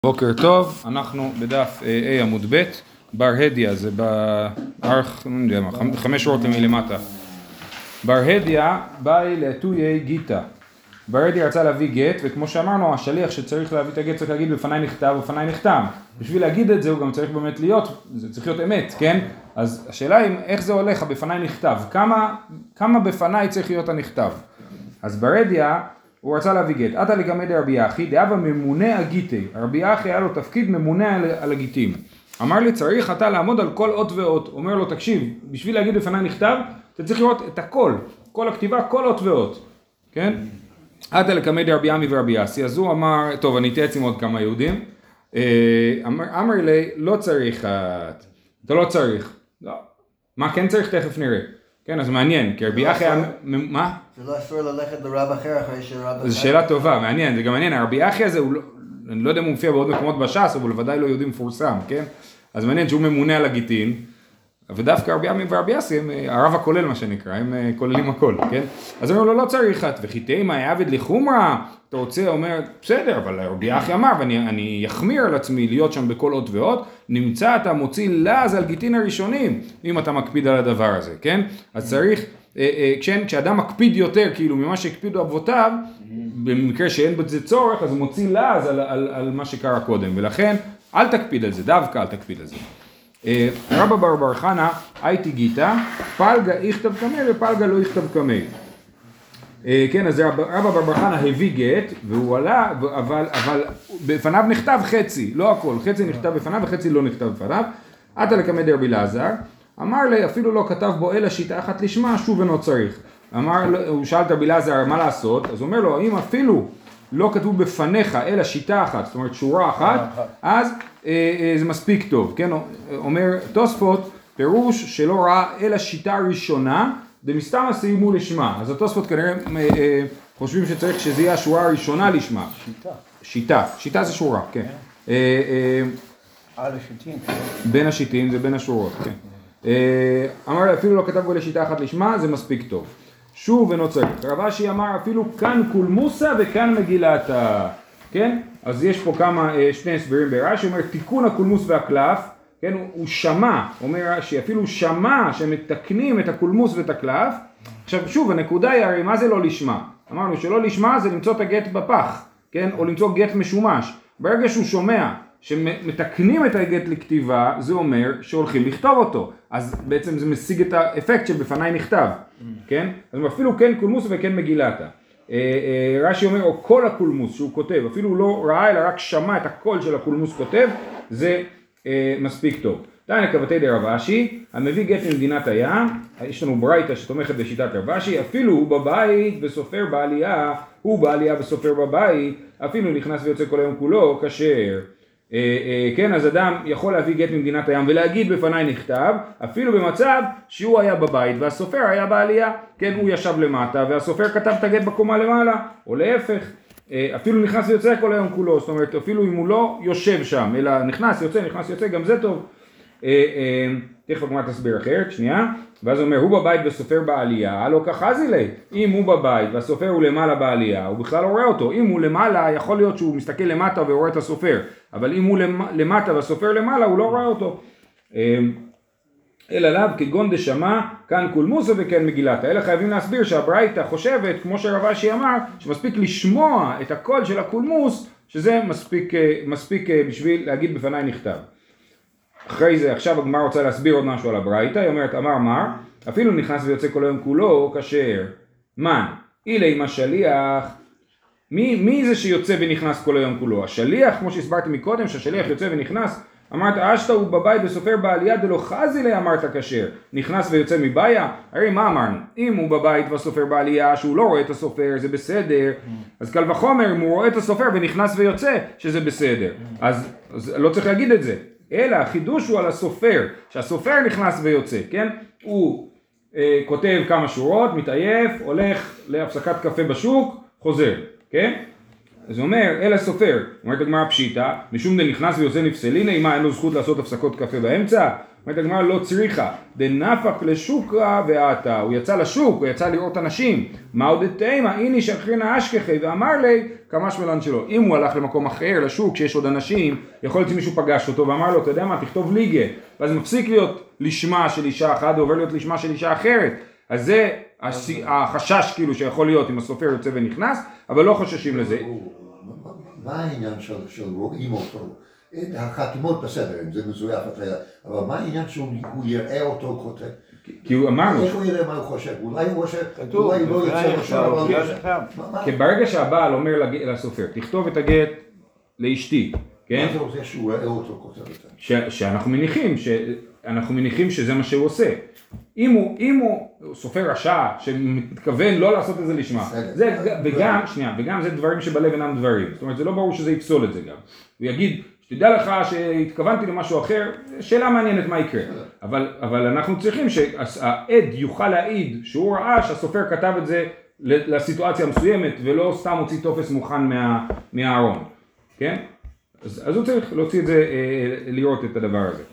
בוקר טוב, אנחנו בדף A עמוד ב', בר הדיה, זה בערך, לא יודע מה, 5 שורות מלמטה. בר הדיה באי לעטויי גיטה. בר הדיה רצה להביא גט, וכמו שאמרנו, השליח שצריך להביא את הגט צריך להגיד בפניי נכתב ובפניי נחתם. בשביל להגיד את זה הוא גם צריך באמת להיות, זה צריך להיות אמת, כן? אז השאלה היא איך זה הולך, בפניי נכתב, כמה בפניי צריך להיות הנכתב? אז בר הדיה הוא רצה להביא גט. עתה לגמד רבי אחי, דאבה ממונה הגיטי. רבי אחי היה לו תפקיד ממונה על הגיטים. אמר לי, צריך אתה לעמוד על כל אות ואות. אומר לו, תקשיב, בשביל להגיד בפניי נכתב, אתה צריך לראות את הכל. כל הכתיבה, כל אות ואות. כן? עתה לגמד רבי עמי ורבי אסי. אז הוא אמר, טוב, אני אתייעץ עם עוד כמה יהודים. אמר לי, לא צריך. אתה לא צריך. לא. מה כן צריך? תכף נראה. כן, אז מעניין, כי רבי אחי היה... מה? זה לא אסור ללכת לרב אחר אחרי שרב אחר... זו שאלה טובה, מעניין, זה גם מעניין, הרבי אחי הזה, אני לא יודע אם הוא מופיע בעוד מקומות בש"ס, אבל בוודאי לא יהודי מפורסם, כן? אז מעניין שהוא ממונה על הגיטין, ודווקא רבי עמי ורבי אסי, הם הרב הכולל מה שנקרא, הם כוללים הכל, כן? אז אומרים לו, לא צריך את, וחיטי מה יעבד לחומרה, אתה רוצה, אומר, בסדר, אבל רבי אחי אמר, ואני אחמיר על עצמי להיות שם בכל אות ואות, נמצא אתה מוציא לז על גיטין הראשונים, אם אתה מקפיד על הדבר הזה, כן? אז צריך, כשאדם מקפיד יותר, כאילו, ממה שהקפידו אבותיו, במקרה שאין בזה צורך, אז הוא מוציא לז על מה שקרה קודם, ולכן, אל תקפיד על זה, דווקא אל תקפיד על זה. רבא בר חנא הייתי גיטה, פלגה יכתב קמי ופלגה לא יכתב קמי. כן, אז רבא בר חנא הביא גט, והוא עלה, אבל בפניו נכתב חצי, לא הכל, חצי נכתב בפניו וחצי לא נכתב בפניו. עתה לקמא דרבי אלעזר, אמר לי, אפילו לא כתב בו אלא שיטה אחת לשמה, שוב אינו צריך. הוא שאל את רבי אלעזר מה לעשות, אז הוא אומר לו, אם אפילו לא כתבו בפניך אלא שיטה אחת, זאת אומרת שורה אחת, אז זה מספיק טוב, כן? אומר תוספות, פירוש שלא ראה אלא שיטה ראשונה, דמסתמא סיימו לשמה. אז התוספות כנראה חושבים שצריך שזה יהיה השורה הראשונה לשמה. שיטה זה שורה, כן. בין השיטים זה בין השורות, כן. אמר לה, אפילו לא כתב בו לשיטה אחת לשמה, זה מספיק טוב. שוב אינו צריך. רב אשי אמר אפילו כאן קולמוסה וכאן מגילתה, כן? אז יש פה שני הסברים ברש"י, הוא אומר תיקון הקולמוס והקלף, כן? הוא שמע, אומר רש"י, אפילו שמע שמתקנים את הקולמוס ואת הקלף. עכשיו שוב, הנקודה היא הרי מה זה לא לשמה? אמרנו שלא לשמה זה למצוא את הגט בפח, כן? או למצוא גט משומש. ברגע שהוא שומע שמתקנים את הגט לכתיבה, זה אומר שהולכים לכתוב אותו. אז בעצם זה משיג את האפקט שבפניי נכתב, כן? אז אפילו כן קולמוס וכן מגילתה. רש"י אומר, או כל הקולמוס שהוא כותב, אפילו לא ראה אלא רק שמע את הקול של הקולמוס כותב, זה מספיק טוב. תניא כבתי דרב אשי, המביא גט ממדינת הים, יש לנו ברייתא שתומכת בשיטת רב אשי, אפילו הוא בבית וסופר בעלייה, הוא בעלייה וסופר בבית, אפילו נכנס ויוצא כל היום כולו, כשר. כן, אז אדם יכול להביא גט ממדינת הים ולהגיד בפניי נכתב, אפילו במצב שהוא היה בבית והסופר היה בעלייה, כן, הוא ישב למטה והסופר כתב את הגט בקומה למעלה, או להפך, אפילו נכנס ויוצא כל היום כולו, זאת אומרת, אפילו אם הוא לא יושב שם, אלא נכנס יוצא, גם זה טוב. תכף הגמרא תסביר אחרת, שנייה, ואז הוא אומר, הוא בבית וסופר בעלייה, לא כחזי לי, אם הוא בבית והסופר הוא למעלה בעלייה, הוא בכלל לא רואה אותו, אם הוא למעלה, יכול להיות שהוא מסתכל למטה ורואה את הסופר, אבל אם הוא למטה והסופר למעלה, הוא לא רואה אותו. אלא לאו כגון דשמע, כאן קולמוסה וכן מגילתה. אלא חייבים להסביר שהברייתא חושבת, כמו שרב אשי אמר, שמספיק לשמוע את הקול של הקולמוס, שזה מספיק בשביל להגיד בפניי נכתב. אחרי זה, עכשיו הגמרא רוצה להסביר עוד משהו על הברייתא, היא אומרת, אמר, אפילו נכנס ויוצא כל היום כולו, כשר. מן, אילי עם השליח, מי זה שיוצא ונכנס כל היום כולו? השליח, כמו שהסברתי מקודם, שהשליח יוצא ונכנס, אמרת, אשתה הוא בבית וסופר בעלייה, דלא חזי לי אמרת כשר, נכנס ויוצא מבעיה, הרי מה אמרנו? אם הוא בבית וסופר בעלייה, שהוא לא רואה את הסופר, זה בסדר, אז קל וחומר, אם הוא רואה את הסופר ונכנס ויוצא, שזה בסדר, אז לא צריך להגיד את זה. אלא החידוש הוא על הסופר, שהסופר נכנס ויוצא, כן? הוא כותב כמה שורות, מתעייף, הולך להפסקת קפה בשוק, חוזר, כן? אז הוא אומר, אל הסופר, אומרת הגמרא פשיטה, משום דנכנס ויוצא נפסליני, מה אין לו זכות לעשות הפסקות קפה באמצע? אומרת הגמרא לא צריכה, דנפק לשוקרא ועתה, הוא יצא לשוק, הוא יצא לראות אנשים, מה עוד תימה, הנה שכרינה אשכחי, ואמר לי, כמה שמלן שלו, אם הוא הלך למקום אחר, לשוק, שיש עוד אנשים, יכול להיות שמישהו פגש אותו, ואמר לו, אתה יודע מה, תכתוב ליגה, ואז מפסיק להיות לשמה של אישה אחת, ועובר להיות לשמה של אישה אחרת, אז זה החשש כאילו שיכול להיות אם הסופר יוצא ונכנס, אבל לא חוששים לזה. מה העניין של רואים אותו? החתימות בסדר, אם זה מזויף, אבל מה העניין שהוא יראה אותו כותב? כי הוא אמרנו... איך הוא יראה מה הוא חושב? אולי הוא חושב, אולי לא יוצא לשם, אבל הוא חושב. כי ברגע שהבעל אומר לסופר, תכתוב את הגט לאשתי, כן? מה זה רוצה שהוא יראה אותו כותב את זה? שאנחנו מניחים שזה מה שהוא עושה. אם הוא סופר רשע שמתכוון לא לעשות את זה לשמה, וגם זה דברים שבלב אינם דברים, זאת אומרת זה לא ברור שזה יפסול את זה גם. הוא יגיד, שתדע לך שהתכוונתי למשהו אחר, שאלה מעניינת מה יקרה, אבל אנחנו צריכים שהעד יוכל להעיד שהוא ראה שהסופר כתב את זה לסיטואציה מסוימת ולא סתם הוציא טופס מוכן מהארון, כן? אז הוא צריך להוציא את זה, לראות את הדבר הזה.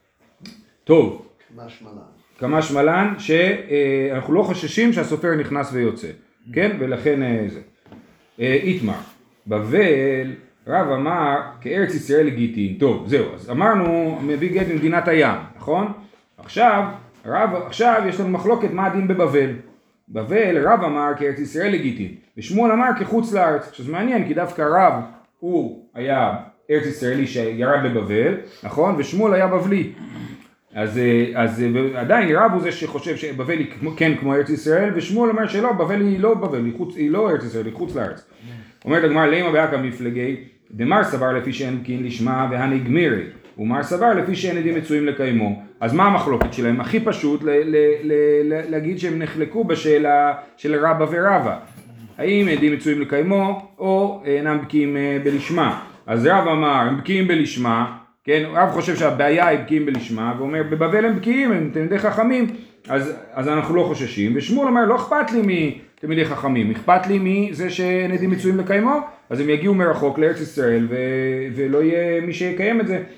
טוב. כמה שמלן שאנחנו לא חוששים שהסופר נכנס ויוצא, כן? ולכן זה. איתמר, בבל רב אמר כארץ ישראל לגיטין. טוב, זהו, אז אמרנו מביא גט ממדינת הים, נכון? עכשיו יש לנו מחלוקת מה הדין בבבל. בבל רב אמר כארץ ישראל לגיטין, ושמואל אמר כחוץ לארץ, שזה מעניין כי דווקא רב הוא היה ארץ ישראלי שירד לבבל, נכון? ושמואל היה בבלי. אז עדיין רב הוא זה שחושב שבבל היא כן כמו ארץ ישראל, ושמואל אומר שלא, בבל היא לא בבל, היא לא ארץ ישראל, היא חוץ לארץ. אומרת הגמרא, למה באקא מפלגי, דמר סבר לפי שאין קין לשמה והנגמירי, ומר סבר לפי שאין עדים מצויים לקיימו. אז מה המחלוקת שלהם? הכי פשוט להגיד שהם נחלקו בשאלה של רבא ורבא. האם עדים מצויים לקיימו או אינם בקיאים בלשמה. אז רב אמר, הם בקיאים בלשמה, כן, רב חושב שהבעיה היא בקיאים בלשמה, ואומר, בבבל הם בקיאים, הם תלמידי חכמים, אז אנחנו לא חוששים, ושמואל אומר, לא אכפת לי מתלמידי חכמים, אכפת לי מזה שאין עדים מצויים לקיימו, אז הם יגיעו מרחוק לארץ ישראל, ולא יהיה מי שיקיים את זה.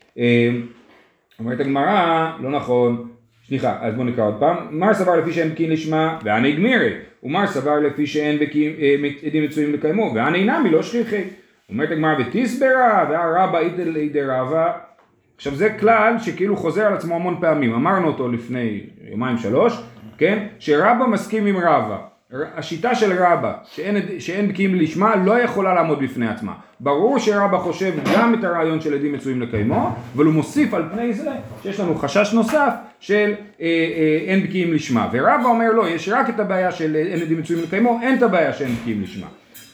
אומרת הגמרא, לא נכון, סליחה, אז בואו נקרא עוד פעם, מר סבר לפי שאין בקיאים לשמה, ואני גמירי, ומר סבר לפי שאין עדים מצויים לקיימו, ואני נמי לא שכיחי. אומרת הגמרא ותסברה והרבא איתלי דרבא. עכשיו זה כלל שכאילו חוזר על עצמו המון פעמים, אמרנו אותו לפני יומיים שלוש, כן? שרבא מסכים עם רבא. השיטה של רבא שאין בקיאים לשמה לא יכולה לעמוד בפני עצמה. ברור שרבא חושב גם את הרעיון של עדים מצויים לקיימו, אבל הוא מוסיף על פני זה שיש לנו חשש נוסף של אין בקיאים לשמה. ורבא אומר לא, יש רק את הבעיה של אין עדים מצויים לקיימו, אין את הבעיה שאין בקיאים לשמה.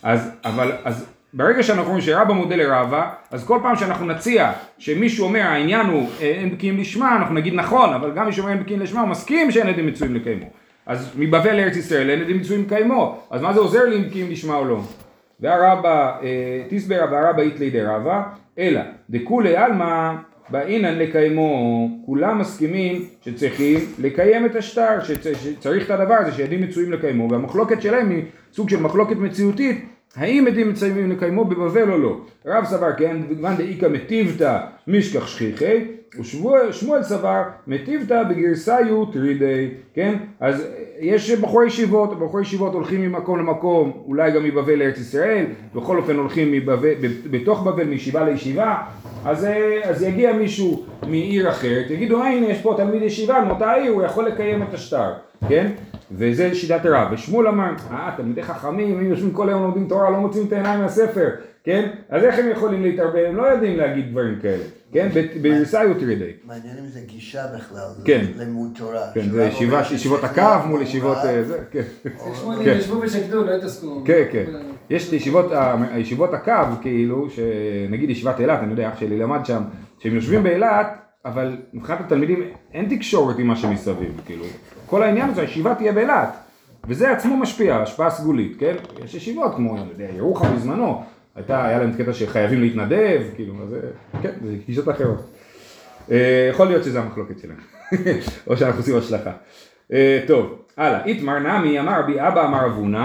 אז ברגע שאנחנו אומרים שרבא מודה לרבא, אז כל פעם שאנחנו נציע שמישהו אומר העניין הוא אין בקיאים לשמה, אנחנו נגיד נכון, אבל גם מישהו אומר אין בקיאים לשמה, הוא מסכים שאין עדים מצויים לקיימו. אז מבבל לארץ ישראל אין עדים מצויים לקיימו, אז מה זה עוזר לי אם בקיאים לשמה או לא? והרבא תסברה והרבא איתלי דרבא, אלא דכולי עלמא באינן לקיימו, כולם מסכימים שצריכים לקיים את השטר, שצריך את הדבר הזה שעדים מצויים לקיימו, והמחלוקת שלהם היא סוג של מחלוקת מציאותית, האם עדים מצויים לקיימו בבבל או לא? רב סבר כן, ואן דאיקה מטיבתא משכח שכיחי, ושמואל סבר מטיבתא בגרסאיו טרידי, כן? אז יש בחורי ישיבות הולכים ממקום למקום, אולי גם מבבל לארץ ישראל, בכל אופן הולכים בתוך בבל מישיבה לישיבה, אז יגיע מישהו מעיר אחרת, יגידו הנה יש פה תלמיד ישיבה מאותה העיר, הוא יכול לקיים את השטר, כן? וזה שיטת רב. ושמואל אמר, תלמידי חכמים, הם יושבים כל היום לומדים תורה, לא מוצאים את העיניים מהספר, כן? אז איך הם יכולים להתערבב? הם לא יודעים להגיד דברים כאלה, כן? בגרסאיו טרידי. מעניין אם זה גישה בכלל, כן. לימוד תורה. כן, זה ישיבות הקו מול ישיבות זה, כן. שמואלים ישבו ושקדו, לא התעסקו. כן, כן. יש ישיבות הקו, כאילו, שנגיד ישיבת אילת, אני יודע, אח שלי למד שם, שהם יושבים באילת, אבל מבחינת התלמידים אין תקשורת עם מה שמסביב, כאילו. כל העניין הזה, הישיבה תהיה באילת, וזה עצמו משפיע, השפעה סגולית, כן? יש ישיבות כמו, אני יודע, ירוחם בזמנו, היה להם קטע שחייבים להתנדב, כאילו, אז כן, זה גישות אחרות. יכול להיות שזה המחלוקת שלהם, או שאנחנו עושים השלכה. טוב, הלאה, איתמר נמי אמר בי אבא אמר אבונה,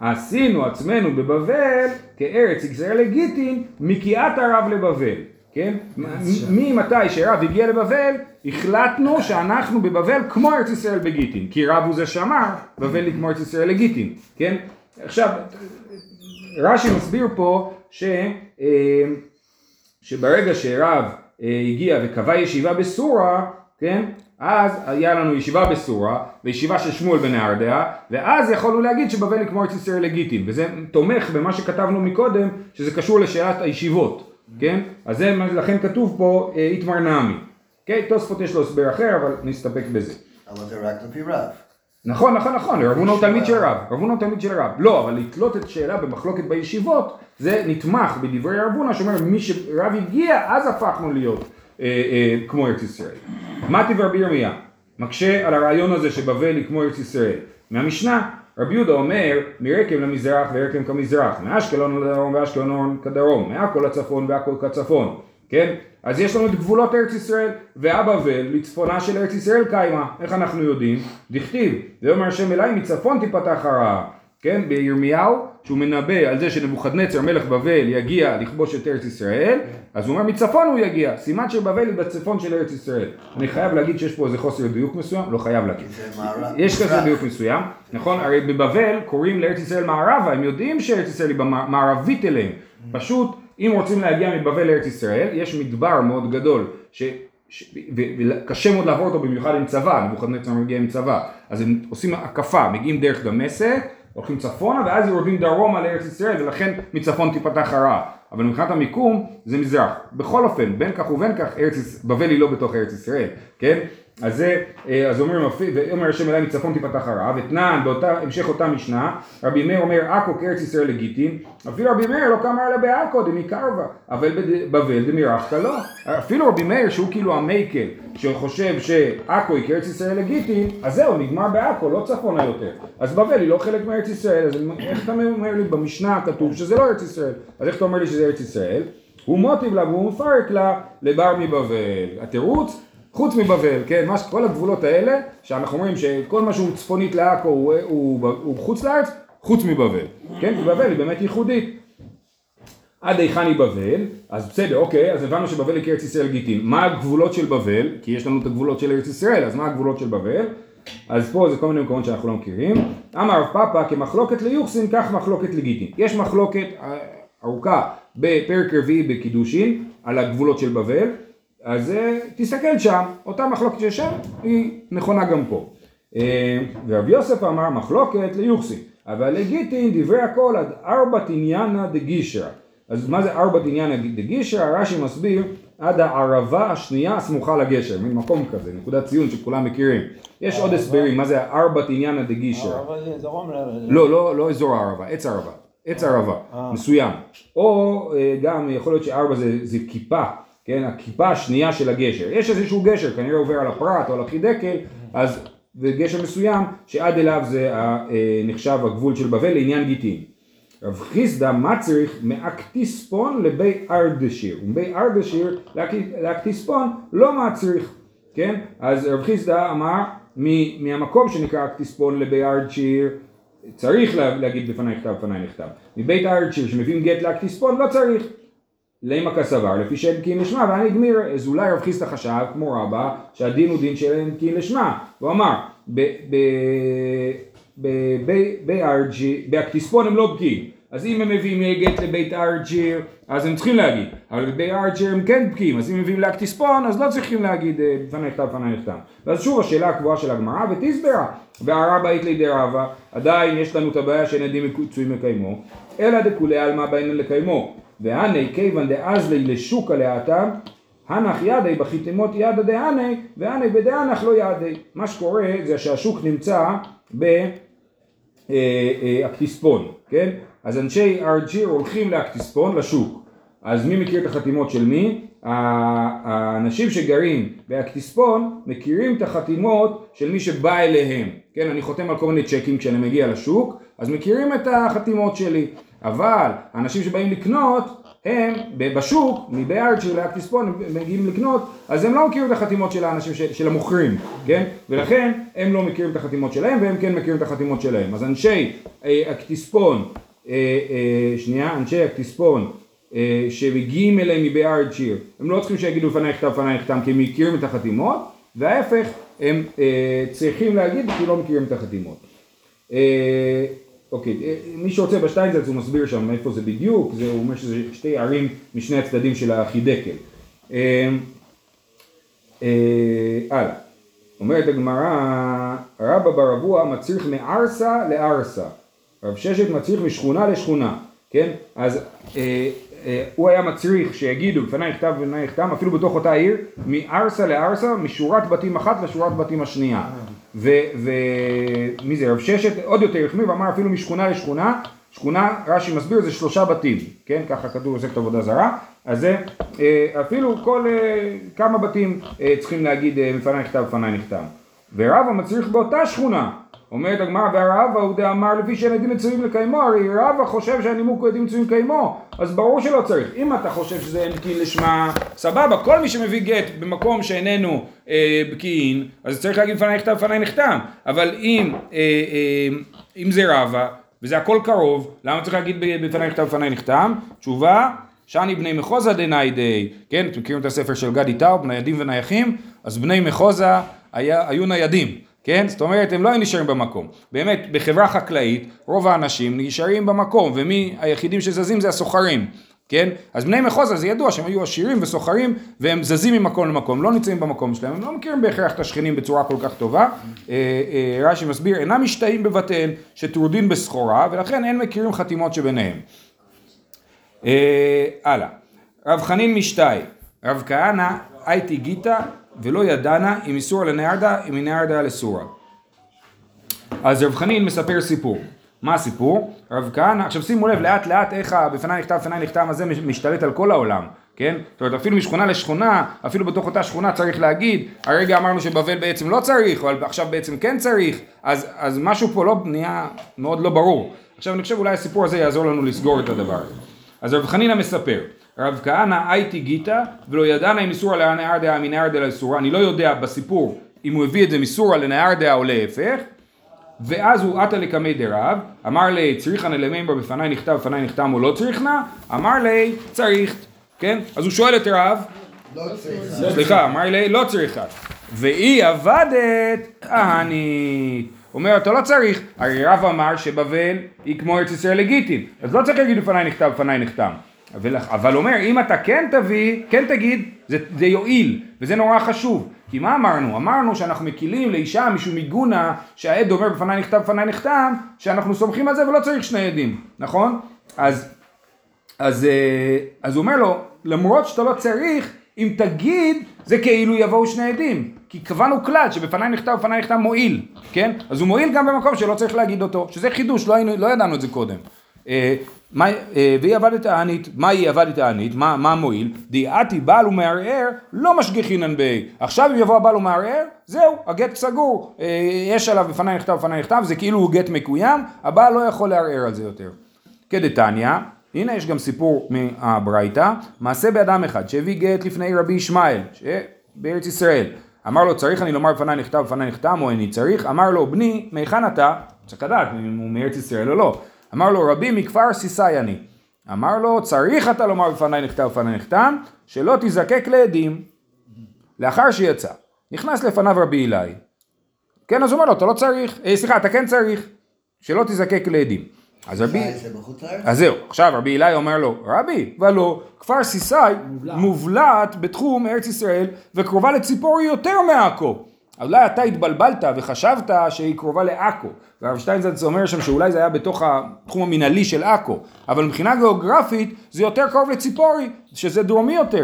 עשינו עצמנו בבבל כארץ ישראל לגיטין מקיעת ערב לבבל, כן? ממתי שרב הגיע לבבל, החלטנו שאנחנו בבבל כמו ארץ ישראל בגיטין, כי רב הוא זה שאמר, בבל היא כמו ארץ ישראל לגיטין, כן? עכשיו, רש"י מסביר פה שברגע שרב הגיע וקבע ישיבה בסורה, כן? אז היה לנו ישיבה בסורה, וישיבה של שמואל בן יהרדעה, ואז יכולנו להגיד שבבל היא כמו ארץ ישראל לגיטין, וזה תומך במה שכתבנו מקודם, שזה קשור לשאלת הישיבות, כן? אז זה לכן כתוב פה איתמר נעמי. אוקיי? תוספות יש לו הסבר אחר, אבל נסתפק בזה. אבל זה רק לפי רב. נכון, רבונה הוא תלמיד של רב. לא, אבל לתלות את שאלה במחלוקת בישיבות, זה נתמך בדברי רבונה, שאומר מי שרב הגיע, אז הפכנו להיות כמו ארץ ישראל. מתי ורבי ירמיה מקשה על הרעיון הזה שבבל היא כמו ארץ ישראל. מהמשנה, רבי יהודה אומר, מרקם למזרח ורקם כמזרח, מאשקלון לדרום ואשקלון כדרום, מעכו לצפון ועכו כצפון, כן? אז יש לנו את גבולות ארץ ישראל, והבבל לצפונה של ארץ ישראל קיימה. איך אנחנו יודעים? דכתיב, ואומר השם אליי מצפון תיפתח הרעה, כן? בירמיהו, שהוא מנבא על זה שנבוכדנצר מלך בבל יגיע לכבוש את ארץ ישראל, אז הוא אומר מצפון הוא יגיע, סימן שבבל היא בצפון של ארץ ישראל. אני חייב להגיד שיש פה איזה חוסר דיוק מסוים, לא חייב להגיד. יש חוסר דיוק מסוים, נכון? הרי בבבל קוראים לארץ ישראל מערבה, הם יודעים שארץ ישראל היא מערבית אליהם, פשוט אם רוצים להגיע מבבל לארץ ישראל, יש מדבר מאוד גדול, וקשה מאוד לעבור אותו במיוחד עם צבא, נבוכדנצר מגיע עם צבא, אז הם עושים הקפה, מגיעים דרך דמשק, הולכים צפונה, ואז יורדים דרומה לארץ ישראל, ולכן מצפון תיפתח הרעה. אבל מבחינת המיקום זה מזרח. בכל אופן, בין כך ובין כך, בבל היא לא בתוך ארץ ישראל, כן? אז אומר השם אליי מצפון תיפתח הרעה, ותנן בהמשך אותה משנה, רבי מאיר אומר עכו כארץ ישראל לגיטין, אפילו רבי מאיר לא קמה עליה בעכו דמקרבה, אבל בבל דמירחתא לא. אפילו רבי מאיר שהוא כאילו המייקל, שחושב שעכו היא כארץ ישראל לגיטין, אז זהו, נגמר בעכו, לא צפונה יותר. אז בבל היא לא חלק מארץ ישראל, אז איך אתה אומר לי במשנה כתוב שזה לא ארץ ישראל, אז איך אתה אומר לי שזה ארץ ישראל? הוא מוטיב לה והוא מפרק לה לבר מבבל. התירוץ חוץ מבבל, כן, כל הגבולות האלה, שאנחנו אומרים שכל מה שהוא צפונית לעכו הוא חוץ לארץ, חוץ מבבל, כן, בבל היא באמת ייחודית. עד היכן היא בבל, אז בסדר, אוקיי, אז הבנו שבבל היא כארץ ישראל גיטין. מה הגבולות של בבל? כי יש לנו את הגבולות של ארץ ישראל, אז מה הגבולות של בבל? אז פה זה כל מיני מקומות שאנחנו לא מכירים. אמר רב פאפא כמחלוקת ליוחסין, כך מחלוקת לגיטין. יש מחלוקת ארוכה בפרק רביעי בקידושין, על הגבולות של בבל, אז תסתכל שם, אותה מחלוקת ששם היא נכונה גם פה. ורב יוסף אמר מחלוקת ליוחסין, אבל לגיטין דברי הכל עד ארבע תניאנה דגישרא. אז מה זה ארבע תניאנה דגישרא? רש"י מסביר עד הערבה השנייה הסמוכה לגשר, מין מקום כזה, נקודת ציון שכולם מכירים. יש עוד הסברים, מה זה ארבע תניאנה דגישרא? הערבה זה דרום לא אזור הערבה, עץ הערבה, מסוים. או גם יכול להיות שארבע זה כיפה, כן, הכיפה השנייה של הגשר. יש איזשהו גשר, כנראה עובר על הפרת או על החידקל, אז זה גשר מסוים שעד אליו זה נחשב הגבול של בבל לעניין גיטין. רב חיסדא מצריך מאקטיספון לבי ארדשיר, ובי ארדשיר לאקטיספון לא מצריך, כן? אז רב חיסדא אמר מהמקום שנקרא אקטיספון לבי ארדשיר, צריך להגיד בפני נכתב, מבית ארדשיר שמביאים גט לאקטיספון לא צריך. למה כסבר, לפי שאין קין לשמה, ואני אגמיר, אז אולי רב חיסדא חשב, כמו רבא, שהדין הוא דין שאין קין לשמה. הוא אמר, באקטיספון הם לא בקיאים, אז אם הם מביאים גט לבית ארג'יר, אז הם צריכים להגיד, אבל בבית ארג'יר הם כן בקיאים, אז אם הם מביאים לאקטיספון, אז לא צריכים להגיד בפני נכתב. ואז שוב השאלה הקבועה של הגמרא, ותסברה, והרבא בית לידי רבא, עדיין יש לנו את הבעיה שאין עדים מצויים לקיימו, אלא דכולי עלמא באינן לקיימו. והנה כיוון דאזלי לשוק עלייתם, הנח ידי בחיתמות ידא דהנה, והנה בדהנח לא ידי. מה שקורה זה שהשוק נמצא באקטיספון, כן? אז אנשי ארג'יר הולכים לאקטיספון, לשוק. אז מי מכיר את החתימות של מי? האנשים שגרים באקטיספון מכירים את החתימות של מי שבא אליהם. כן, אני חותם על כל מיני צ'קים כשאני מגיע לשוק, אז מכירים את החתימות שלי. אבל האנשים שבאים לקנות, הם בשוק, מבארצ'יר לאקטיספון, הם מגיעים לקנות, אז הם לא מכירים את החתימות של האנשים, של המוכרים, כן? ולכן הם לא מכירים את החתימות שלהם, והם כן מכירים את החתימות שלהם. אז אנשי אקטיספון, אנשי אקטיספון, שמגיעים אליהם מבארצ'יר, הם לא צריכים שיגידו לפני נכתב, כי הם מכירים את החתימות, וההפך, הם צריכים להגיד כי לא מכירים את החתימות. אוקיי, מי שרוצה בשטיינזלץ הוא מסביר שם איפה זה בדיוק, הוא אומר שזה שתי ערים משני הצדדים של החידקל. הלאה, אומרת הגמרא, רבא בר אבוה מצריך מארסה לארסה, רב ששת מצריך משכונה לשכונה, כן? אז הוא היה מצריך שיגידו לפני נכתב ולפני נחתם, אפילו בתוך אותה עיר, מארסה לארסה, משורת בתים אחת לשורת בתים השנייה. ומי זה? רב ששת עוד יותר החמיר ואמר אפילו משכונה לשכונה, שכונה, רש"י מסביר, זה 3 בתים, כן? ככה כתוב עוסק עבודה זרה, אז זה אפילו כל כמה בתים צריכים להגיד לפני נכתב ולפני נחתם. ורבא מצריך באותה שכונה, אומרת הגמרא, והרבא הוא דאמר לפי שאין עדים מצויים לקיימו, הרי רבא חושב שהנימוק הוא עדים מצויים לקיימו, אז ברור שלא צריך. אם אתה חושב שזה אין בקיין לשמה, סבבה, כל מי שמביא גט במקום שאיננו בקיין, אז צריך להגיד לפני נכתב ולפני נחתם, אבל אם זה רבא, וזה הכל קרוב, למה צריך להגיד בפני נכתב ולפני נחתם? תשובה, שאני בני מחוזה דניידי, כן, אתם מכירים את הספר של גדי טאוב, ניידים ונייחים, אז בני מחוזה היו ניידים. כן? זאת אומרת, הם לא נשארים במקום. באמת, בחברה חקלאית, רוב האנשים נשארים במקום, ומי היחידים שזזים זה הסוחרים, כן? אז בני מחוזה זה ידוע שהם היו עשירים וסוחרים, והם זזים ממקום למקום, לא נמצאים במקום שלהם, הם לא מכירים בהכרח את השכנים בצורה כל כך טובה. רש"י מסביר, אינם משתאים בבתיהם שטרודין בסחורה, ולכן אין מכירים חתימות שביניהם. הלאה. רב חנין משתאי, רב כהנא הייתי גיטה, ולא ידענה אם איסור לנהרדה, אם נהרדה לסורה. אז רב חנין מספר סיפור. מה הסיפור? רב כהנא, עכשיו שימו לב לאט לאט איך בפני נכתב, בפני נחתם הזה משתלט על כל העולם, כן? זאת אומרת, אפילו משכונה לשכונה, אפילו בתוך אותה שכונה צריך להגיד, הרגע אמרנו שבבל בעצם לא צריך, אבל עכשיו בעצם כן צריך, אז משהו פה לא נהיה מאוד לא ברור. עכשיו אני חושב אולי הסיפור הזה יעזור לנו לסגור את הדבר הזה. אז רב חנינא מספר, רב כהנא הייתי גיטה ולא ידענה אם איסורה לנהרדה מנהרדה לסורה, אני לא יודע בסיפור אם הוא הביא את זה מסורה לנהרדה או להפך, ואז הוא עטה לקמי דרב, אמר לי צריכנה למימבר בפני נכתב בפני נחתם או לא צריכנה, אמר לי צריך, כן? אז הוא שואל את רב, לא צריך. סליחה, אמר לי לא צריכה, והיא עבדת אהנית, אומר אתה לא צריך, הרי רב אמר שבבל היא כמו ארץ ישראל לגיטין, אז לא צריך להגיד בפני נכתב בפני נחתם, אבל אומר אם אתה כן תביא, כן תגיד, זה יועיל, וזה נורא חשוב, כי מה אמרנו? אמרנו שאנחנו מקילים לאישה משום מיגונה שהעד אומר בפני נכתב בפני נחתם, שאנחנו סומכים על זה ולא צריך 2 עדים, נכון? אז הוא אומר לו, למרות שאתה לא צריך, אם תגיד זה כאילו יבואו 2 עדים, כי קבענו כלל שבפני נכתב בפני נחתם מועיל, כן? אז הוא מועיל גם במקום שלא צריך להגיד אותו, שזה חידוש, לא ידענו את זה קודם. והיא עבדת הענית, מה היא עבדת הענית? מה מועיל? דיעתי בעל ומערער לא משגיחינן בי, עכשיו אם יבוא הבעל ומערער, זהו, הגט סגור, יש עליו בפני נכתב בפני נכתב, זה כאילו הוא גט מקוים, הבעל לא יכול לערער על זה יותר. כדתניא, הנה יש גם סיפור מהברייתא, מעשה באדם אחד שהביא גט לפני רבי ישמעאל בארץ ישראל, אמר לו צריך אני לומר בפני נכתב בפני נחתם או איני צריך, אמר לו בני מהיכן אתה? צריך לדעת אם הוא מארץ ישראל או לא, אמר לו רבי מכפר סיסאי אני, אמר לו צריך אתה לומר בפני נכתב בפני נחתם שלא תזקק לעדים. לאחר שיצא נכנס לפניו רבי אלי, כן, אז הוא אומר לו אתה לא צריך, סליחה אתה כן צריך שלא תזקק לעדים. אז זהו, עכשיו רבי אלי אומר לו רבי, ולא, כפר סיסאי מובלעת בתחום ארץ ישראל וקרובה לציפורי יותר מעכו, אולי אתה התבלבלת וחשבת שהיא קרובה לעכו, והרב שטיינזלץ אומר שם שאולי זה היה בתוך התחום המנהלי של עכו, אבל מבחינה גיאוגרפית זה יותר קרוב לציפורי, שזה דרומי יותר.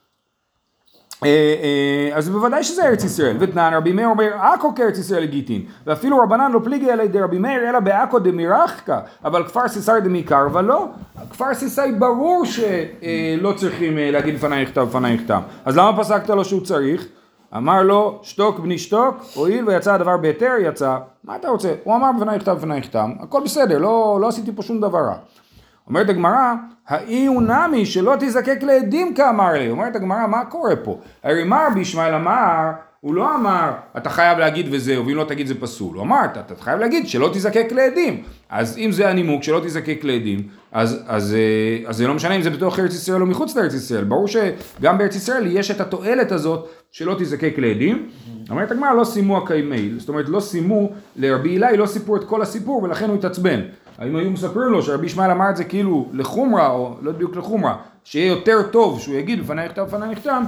אז בוודאי שזה ארץ ישראל, ותנן רבי מאיר אומר עכו כארץ ישראל לגיטין, ואפילו רבנן לא פליגי אלי דרבי מאיר אלא בעכו דמירחקה, אבל כפר סיסאי דמיקר ולא, כפר סיסאי ברור שלא צריכים להגיד לפני נכתב בפני נכתב, אז למה פסקת לו שהוא צריך? אמר לו שתוק בני שתוק, הואיל ויצא הדבר בהיתר יצא, מה אתה רוצה? הוא אמר בפני נכתב בפני נכתב, הכל בסדר, לא עשיתי פה שום דבר רע. אומרת הגמרא, האי הוא נמי שלא תזקק לעדים כאמר לי. אומרת הגמרא, מה קורה פה? הרי מה רבי ישמעאל אמר, הוא לא אמר, אתה חייב להגיד וזהו, ואם לא תגיד זה פסול. הוא אמר, אתה חייב להגיד שלא תזקק לעדים. אז אם זה הנימוק שלא תזקק לעדים, אז זה לא משנה אם זה בתוך ארץ ישראל או מחוץ לארץ ישראל. ברור שגם בארץ ישראל יש את התועלת הזאת שלא תזקק לעדים. אומרת הגמרא, לא שימו הקיימי, זאת אומרת לא שימו לרבי אילאי, לא סיפרו את כל הסיפור ולכן הוא התעצבן. האם היו מספרים לו שרבי ישמעאל אמר את זה כאילו לחומרה, או לא בדיוק לחומרה, שיהיה יותר טוב שהוא יגיד בפני נכתב בפני נחתם,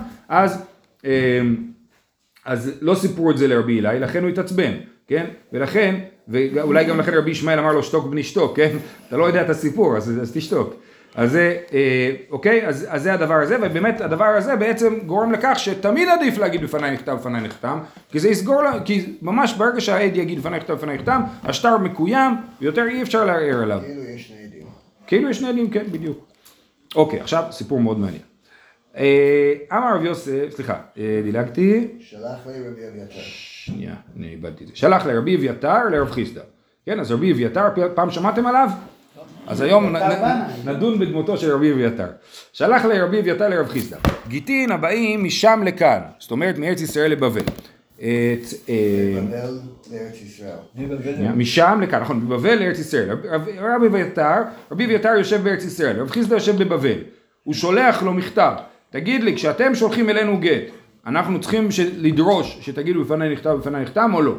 אז לא סיפרו את זה לרבי אילאי, לכן הוא התעצבן, כן? ולכן, ואולי גם לכן רבי ישמעאל אמר לו שתוק בני שתוק, כן? אתה לא יודע את הסיפור, אז תשתוק. אז זה, אוקיי? אז זה הדבר הזה, ובאמת הדבר הזה בעצם גורם לכך שתמיד עדיף להגיד בפני נכתב בפני נחתם, כי זה יסגור, כי ממש ברגע שהעד יגיד בפני נכתב בפני נחתם, השטר מקוים, ויותר אי אפשר לערער עליו. כאילו יש שני עדים. כאילו יש שני עדים, כן, בדיוק. אוקיי, עכשיו סיפור מאוד מעניין. אמר רב יוסף, סליחה, דילגתי. שלח לי רבי אביתר. שנייה, אני איבדתי את זה. שלח לרבי אביתר לרב חיסדא. כן, אז רבי אביתר, פעם שמעתם עליו? אז היום נדון בדמותו של רבי אביתר. שלח לרבי אביתר לרב חיסדא. גיטין הבאים משם לכאן, זאת אומרת מארץ ישראל לבבל. בבל לארץ ישראל. משם לכאן, נכון, מבבל לארץ ישראל. רבי אביתר יושב בארץ ישראל, רב חיסדא יושב בבבל. הוא שולח לו מכתב, תגיד לי, כשאתם שולחים אלינו גט, אנחנו צריכים לדרוש שתגידו בפני נכתב בפני נחתם או לא?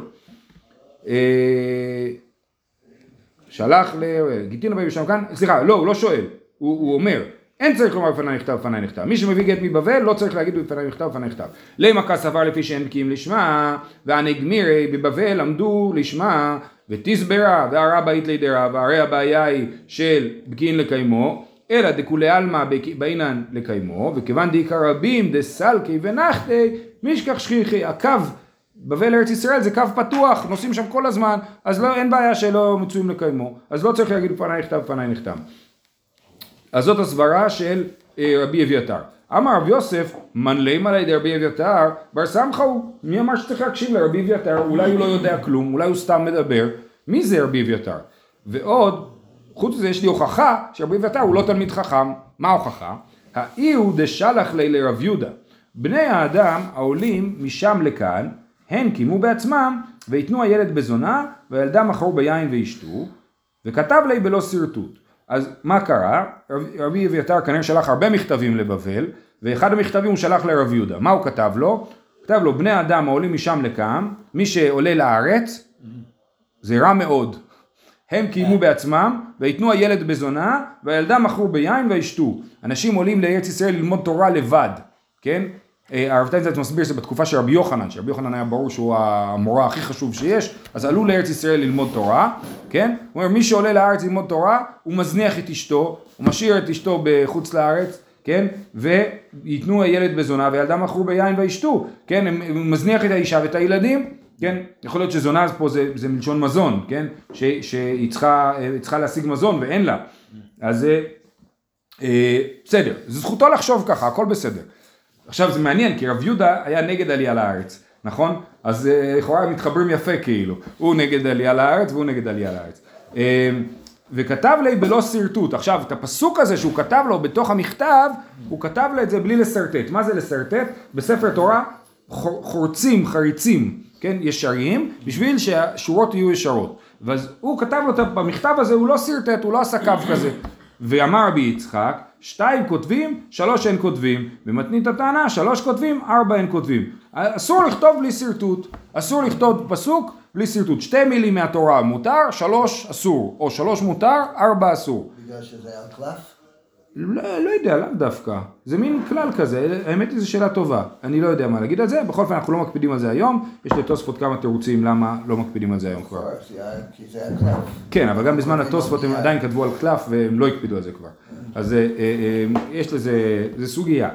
שלח לגיטין הבאים משם כאן, סליחה, לא, הוא לא שואל, הוא אומר, אין צריך לומר בפני נכתב בפני נחתם, מי שמביא גט מבבל לא צריך להגיד בפני נכתב בפני נחתם. למה כסבר לפי שאין בקיאים לשמה, והנגמירי בבבל עמדו לשמה, ותסברה, והרבה היתלי דרבה, הרי הבעיה היא של בקיאים לקיימו, אלא דכולי עלמא באינן לקיימו, וכיוון דעיקר רבים דסלקי ונחתי, משכח שכיחי, הקו בבל ארץ ישראל זה קו פתוח, נוסעים שם כל הזמן, אז לא, אין בעיה שלא מצויים לקיימו, אז לא צריך להגיד בפני נכתב בפני נחתם. אז זאת הסברה של רבי אביתר. אמר רב יוסף, מנלם עלי דרבי אביתר, בר סמכה הוא, מי אמר שצריך להקשיב לרבי אביתר, אולי הוא לא יודע כלום, אולי הוא סתם מדבר, מי זה רבי אביתר? ועוד, חוץ מזה יש לי הוכחה שרבי אביתר הוא לא תלמיד חכם. מה ההוכחה? האי הוא דשלח לי לרב יהודה. בני האדם העולים משם לכאן, הן קימו בעצמם ויתנו הילד בזונה והילדה מכרו ביין וישתו, וכתב לי בלא סרטוט. אז מה קרה? רבי אביתר כנראה שלח הרבה מכתבים לבבל, ואחד המכתבים הוא שלח לרב יהודה. מה הוא כתב לו? כתב לו, בני האדם העולים משם לכאן, מי שעולה לארץ, זה רע מאוד. הם קיימו בעצמם, ויתנו הילד בזונה, והילדה מכרו ביין וישתו. אנשים עולים לארץ ישראל ללמוד תורה לבד, כן? הרב טייזלץ מסביר שזה בתקופה של רבי יוחנן, שרבי יוחנן היה ברור שהוא המורה הכי חשוב שיש, אז עלו לארץ ישראל ללמוד תורה, כן? הוא אומר, מי שעולה לארץ ללמוד תורה, הוא מזניח את אשתו, הוא משאיר את אשתו בחוץ לארץ, כן? ויתנו הילד בזונה, והילדה מכרו ביין וישתו, כן? הוא מזניח את האישה ואת הילדים, כן? יכול להיות שזונה פה זה מלשון מזון, כן? שהיא צריכה להשיג מזון ואין לה. אז בסדר, זו זכותו לחשוב ככה, הכל בסדר. עכשיו זה מעניין, כי רב יהודה היה נגד עלייה לארץ, נכון? אז לכאורה מתחברים יפה כאילו. הוא נגד עלייה לארץ והוא נגד עלייה לארץ. וכתב לי בלא סרטוט. עכשיו, את הפסוק הזה שהוא כתב לו בתוך המכתב, הוא כתב לו את זה בלי לסרטט. מה זה לסרטט? בספר תורה חורצים, חריצים, כן? ישרים, בשביל שהשורות יהיו ישרות. ואז הוא כתב לו במכתב הזה, הוא לא סרטט, הוא לא עשה קו כזה. ואמר רבי יצחק, 2 כותבים, 3 אין כותבים, ומתנית הטענה, 3 כותבים, 4 אין כותבים. אסור לכתוב בלי סרטוט, אסור לכתוב פסוק בלי סרטוט. 2 מילים מהתורה מותר, 3 אסור, או 3 מותר, 4 אסור. בגלל שזה על קלף? לא יודע, לא דווקא. זה מין כלל כזה, האמת היא זו שאלה טובה. אני לא יודע מה להגיד על זה, בכל אופן אנחנו לא מקפידים על זה היום, יש לתוספות כמה תירוצים למה לא מקפידים על זה היום כבר. כי זה על קלף. כן, אבל גם בזמן התוספות הם עדיין כתבו על קלף והם לא הקפידו על זה כבר. אז יש לזה, זה סוגיה.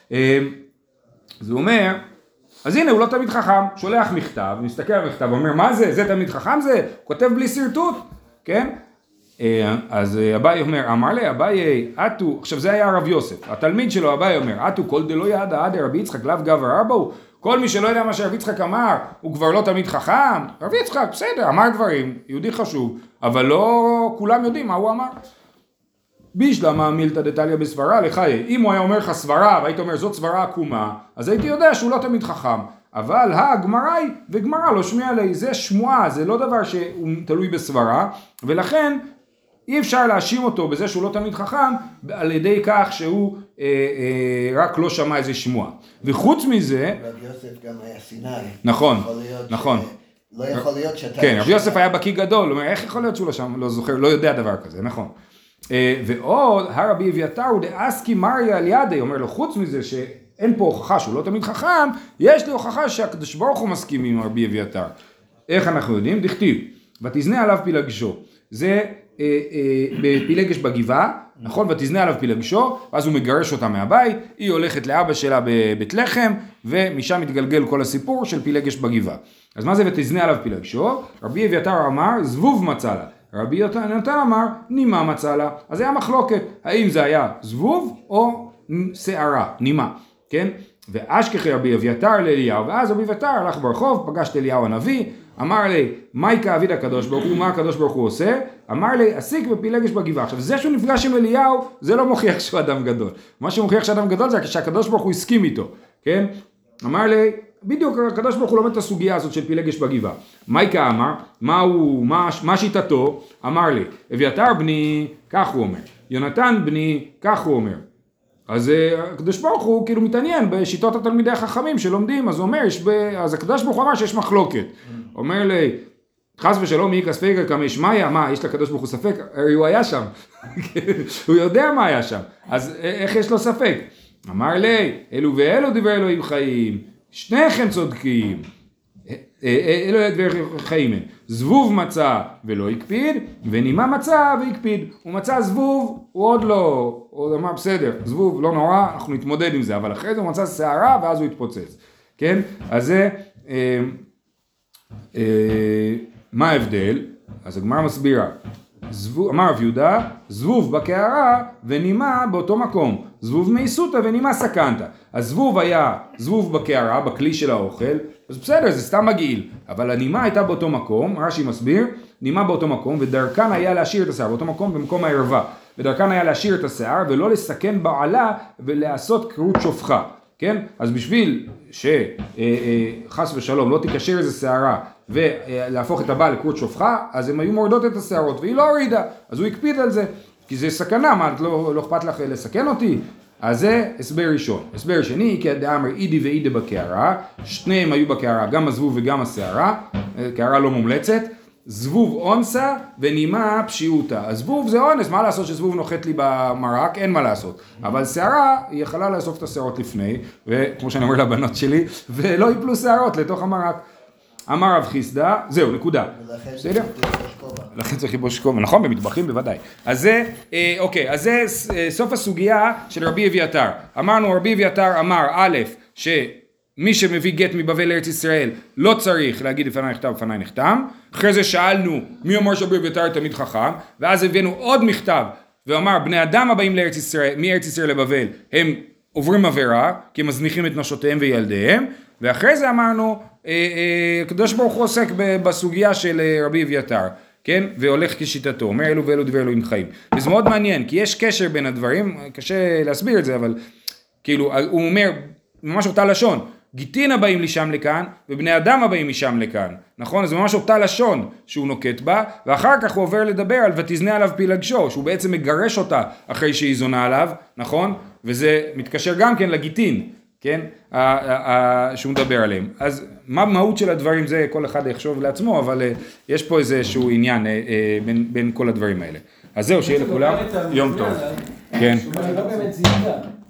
זה אומר, אז הנה הוא לא תלמיד חכם, שולח מכתב, מסתכל על מכתב, אומר מה זה? זה תלמיד חכם זה? הוא כותב בלי סרטוט, כן? אז אביי אומר, אמר לי אביי, אתו, עכשיו זה היה הרב יוסף, התלמיד שלו אביי אומר, אתו כל דלא ידע עד רבי יצחק לאו גבר ארבעו, כל מי שלא יודע מה שרבי יצחק אמר, הוא כבר לא תלמיד חכם, רבי יצחק בסדר, אמר דברים, יהודי חשוב, אבל לא כולם יודעים מה הוא אמר. בישלמה מילתא דתליא בסברה לחיי. אם הוא היה אומר לך סברה והיית אומר זאת סברה עקומה, אז הייתי יודע שהוא לא תמיד חכם. אבל הגמרא היא, וגמרא לא שמיע לי, זה שמועה, זה לא דבר שהוא תלוי בסברה, ולכן אי אפשר להאשים אותו בזה שהוא לא תמיד חכם, על ידי כך שהוא רק לא שמע איזה שמועה. וחוץ מזה... רב יוסף גם היה סיני. נכון, נכון. לא יכול להיות שאתה... כן, רב יוסף היה בקיא גדול, הוא אומר, איך יכול להיות שהוא לא זוכר, לא יודע דבר כזה, נכון. ועוד, הרבי אביתר הוא דאסקי מריה על ידי, אומר לו, חוץ מזה שאין פה הוכחה שהוא לא תמיד חכם, יש לי הוכחה שהקדוש ברוך הוא מסכים עם רבי אביתר. איך אנחנו יודעים? דכתיב, ותזנה עליו פילגשו. זה בפילגש בגבעה, נכון? ותזנה עליו פילגשו, ואז הוא מגרש אותה מהבית, היא הולכת לאבא שלה בבית לחם, ומשם מתגלגל כל הסיפור של פילגש בגבעה. אז מה זה ותזנה עליו פילגשו? רבי אביתר אמר, זבוב מצא לה. רבי יונתן אמר, נימה מצא לה. אז היה מחלוקת, האם זה היה זבוב או שערה, נימה, כן? ואשכחי רבי אביתר לאליהו, ואז רבי אביתר הלך ברחוב, פגש את אליהו הנביא, אמר לי, מייקה אביד הקדוש ברוך הוא, מה הקדוש ברוך הוא עושה? אמר לי, עסיק בפילגש בגבעה. עכשיו, זה שהוא נפגש עם אליהו, זה לא מוכיח שהוא אדם גדול. מה שמוכיח שאדם גדול זה שהקדוש ברוך הוא הסכים איתו, כן? אמר לי, בדיוק הקדוש ברוך הוא לומד את הסוגיה הזאת של פילגש בגבעה. מייקה אמר, מה שיטתו? אמר לי, אביתר בני, כך הוא אומר. יונתן בני, כך הוא אומר. אז הקדוש ברוך הוא כאילו מתעניין בשיטות התלמידי החכמים שלומדים, אז הוא אומר, אז הקדוש ברוך הוא אמר שיש מחלוקת. אומר לי, חס ושלום מי כספיקה כמה ישמעיה, מה, יש לקדוש ברוך הוא ספק? הרי הוא היה שם, הוא יודע מה היה שם, אז איך יש לו ספק? אמר לי, אלו ואלו דבר אלוהים חיים, שניכם צודקים, אלו דבר חיים, זבוב מצא ולא הקפיד, ונימה מצא והקפיד, הוא מצא זבוב, הוא עוד לא, הוא אמר בסדר, זבוב לא נורא, אנחנו נתמודד עם זה, אבל אחרי זה הוא מצא שערה ואז הוא התפוצץ, כן? אז זה, מה ההבדל? אז הגמרא מסבירה, אמר רב יהודה, זבוב בקערה ונימה באותו מקום, זבוב מייסותא ונימה סכנתא. הזבוב היה זבוב בקערה, בכלי של האוכל, אז בסדר, זה סתם מגעיל, אבל הנימה הייתה באותו מקום, רש"י מסביר, נימה באותו מקום, ודרכן היה להשאיר את השיער, באותו מקום, במקום הערווה, ודרכן היה להשאיר את השיער, ולא לסכן בעלה, ולעשות קרות שופחה, כן? אז בשביל שחס ושלום לא תיקשר איזה שערה, ולהפוך את הבעל לקרות שופחה, אז הם היו מורדות את השערות, והיא לא הורידה, אז הוא הקפיד על זה, כי זה סכנה, מה, לא אכפת לך לסכן אותי? אז זה הסבר ראשון. הסבר שני, כי דאמר אידי ואידי בקערה, שניהם היו בקערה, גם הזבוב וגם השערה, קערה לא מומלצת, זבוב אונסה ונימה פשיעותה. הזבוב זה אונס, מה לעשות שזבוב נוחת לי במרק? אין מה לעשות. אבל שערה, היא יכלה לאסוף את השערות לפני, וכמו שאני אומר לבנות שלי, ולא ייפלו שערות לתוך המרק. אמר רב חיסדא, זהו, נקודה. בסדר? לכן צריך לבוש כובע, נכון? במטבחים בוודאי. אז זה, אוקיי, אז זה סוף הסוגיה של רבי אביתר. אמרנו, רבי אביתר אמר, א', שמי שמביא גט מבבל לארץ ישראל, לא צריך להגיד לפני נכתב לפני נחתם. אחרי זה שאלנו, מי אומר שרבי אביתר תמיד חכם? ואז הבאנו עוד מכתב, ואמר, בני אדם הבאים לארץ ישראל, מארץ ישראל לבבל, הם עוברים עבירה, כי הם מזניחים את נשותיהם וילדיהם, ואחרי זה אמרנו, הקדוש ברוך הוא עוסק בסוגיה של רבי אביתר, כן? והולך כשיטתו, אומר אלו ואלו דבר אלוהים חיים. וזה מאוד מעניין, כי יש קשר בין הדברים, קשה להסביר את זה, אבל כאילו, הוא אומר, ממש אותה לשון, גיטין הבאים לשם לכאן, ובני אדם הבאים משם לכאן, נכון? זה ממש אותה לשון שהוא נוקט בה, ואחר כך הוא עובר לדבר על ותזנה עליו פילגשו, שהוא בעצם מגרש אותה אחרי שהיא זונה עליו, נכון? וזה מתקשר גם כן לגיטין, כן? שהוא מדבר עליהם. אז מה המהות של הדברים זה כל אחד יחשוב לעצמו, אבל יש פה איזשהו עניין בין כל הדברים האלה. אז זהו, שיהיה לכולם יום טוב. כן.